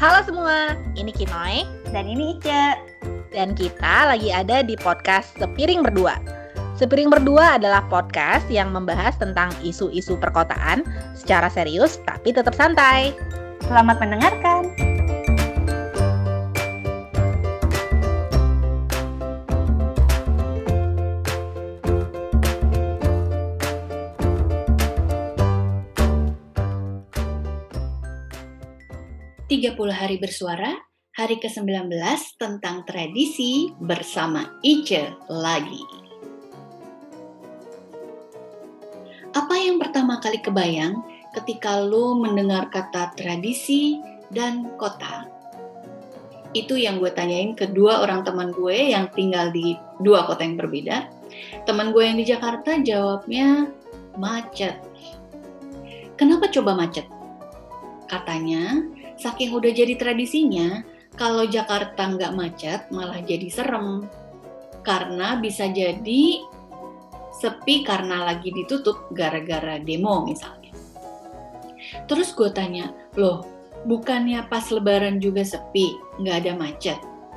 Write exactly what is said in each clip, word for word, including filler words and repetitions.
Halo semua, ini Kinoy dan ini Ica. Dan kita lagi ada di podcast Sepiring Berdua. Sepiring Berdua adalah podcast yang membahas tentang isu-isu perkotaan secara serius tapi tetap santai. Selamat mendengarkan. tiga puluh hari bersuara, hari ke sembilan belas tentang tradisi bersama Ica lagi. Apa yang pertama kali kebayang ketika lo mendengar kata tradisi dan kota? Itu yang gue tanyain ke dua orang teman gue yang tinggal di dua kota yang berbeda. Teman gue yang di Jakarta jawabnya macet. Kenapa coba macet? Katanya, saking udah jadi tradisinya, kalau Jakarta nggak macet malah jadi serem. Karena bisa jadi sepi karena lagi ditutup gara-gara demo misalnya. Terus gue tanya, loh bukannya pas lebaran juga sepi, nggak ada macet?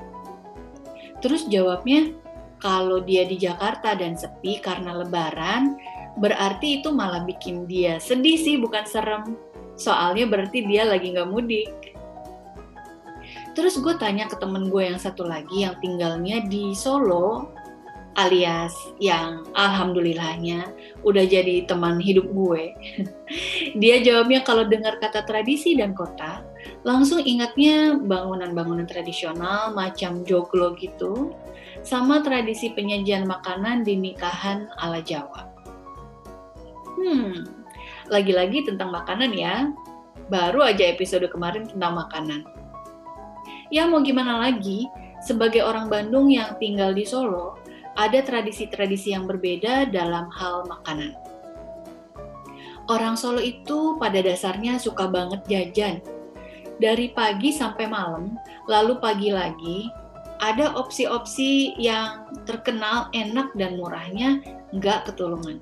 Terus jawabnya, kalau dia di Jakarta dan sepi karena lebaran, berarti itu malah bikin dia sedih sih, bukan serem. Soalnya berarti dia lagi nggak mudik. Terus gue tanya ke temen gue yang satu lagi yang tinggalnya di Solo, alias yang alhamdulillahnya udah jadi teman hidup gue. Dia jawabnya kalau dengar kata tradisi dan kota, langsung ingatnya bangunan-bangunan tradisional macam joglo gitu, sama tradisi penyajian makanan di nikahan ala Jawa. Hmm... Lagi-lagi tentang makanan ya, baru aja episode kemarin tentang makanan. Ya mau gimana lagi, sebagai orang Bandung yang tinggal di Solo, ada tradisi-tradisi yang berbeda dalam hal makanan. Orang Solo itu pada dasarnya suka banget jajan. Dari pagi sampai malam, lalu pagi lagi, ada opsi-opsi yang terkenal enak dan murahnya nggak ketulungan.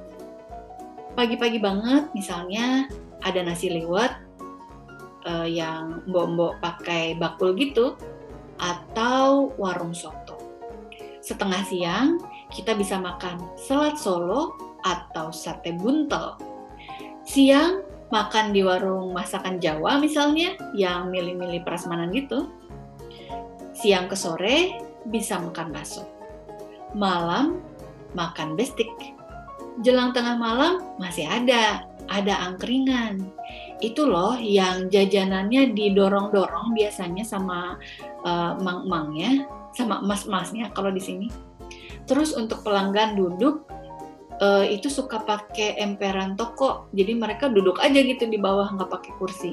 Pagi-pagi banget misalnya ada nasi liwet uh, yang mbok-mbok pakai bakul gitu, atau warung soto. Setengah siang kita bisa makan selat Solo atau sate buntel. Siang makan di warung masakan Jawa misalnya yang milih-milih prasmanan gitu. Siang ke sore bisa makan bakso. Malam makan bestik. Jelang tengah malam masih ada, ada angkringan. Itu loh yang jajanannya didorong-dorong biasanya sama uh, mang-mangnya, sama emas-emasnya kalau di sini. Terus untuk pelanggan duduk, uh, itu suka pakai emperan toko, jadi mereka duduk aja gitu di bawah, nggak pakai kursi.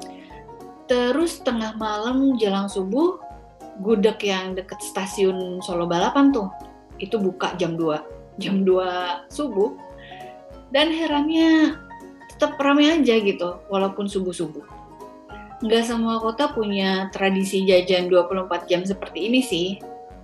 Terus tengah malam jelang subuh, gudeg yang deket stasiun Solo Balapan tuh, itu buka jam dua. jam dua subuh, dan herannya tetap ramai aja gitu walaupun subuh-subuh. Nggak semua kota punya tradisi jajan dua puluh empat jam seperti ini sih.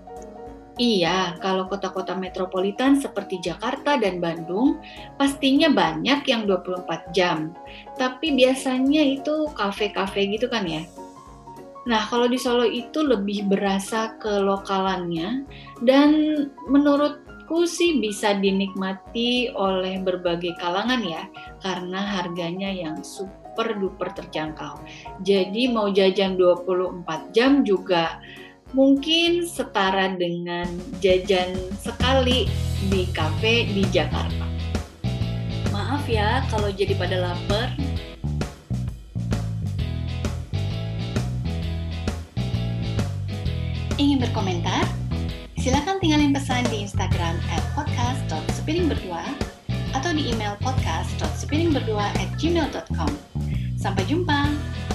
Iya, kalau kota-kota metropolitan seperti Jakarta dan Bandung pastinya banyak yang dua puluh empat jam, tapi biasanya itu kafe-kafe gitu kan ya. Nah, kalau di Solo itu lebih berasa ke lokalannya, dan menurut Ku sih bisa dinikmati oleh berbagai kalangan ya, karena harganya yang super duper terjangkau. Jadi mau jajan dua puluh empat jam juga mungkin setara dengan jajan sekali di kafe di Jakarta. Maaf ya kalau jadi pada lapar. Ingin berkomentar? Silakan tinggalin pesan di Instagram at podcast dot sepiring berdua atau di email podcast dot sepiring berdua at gmail dot com. Sampai jumpa!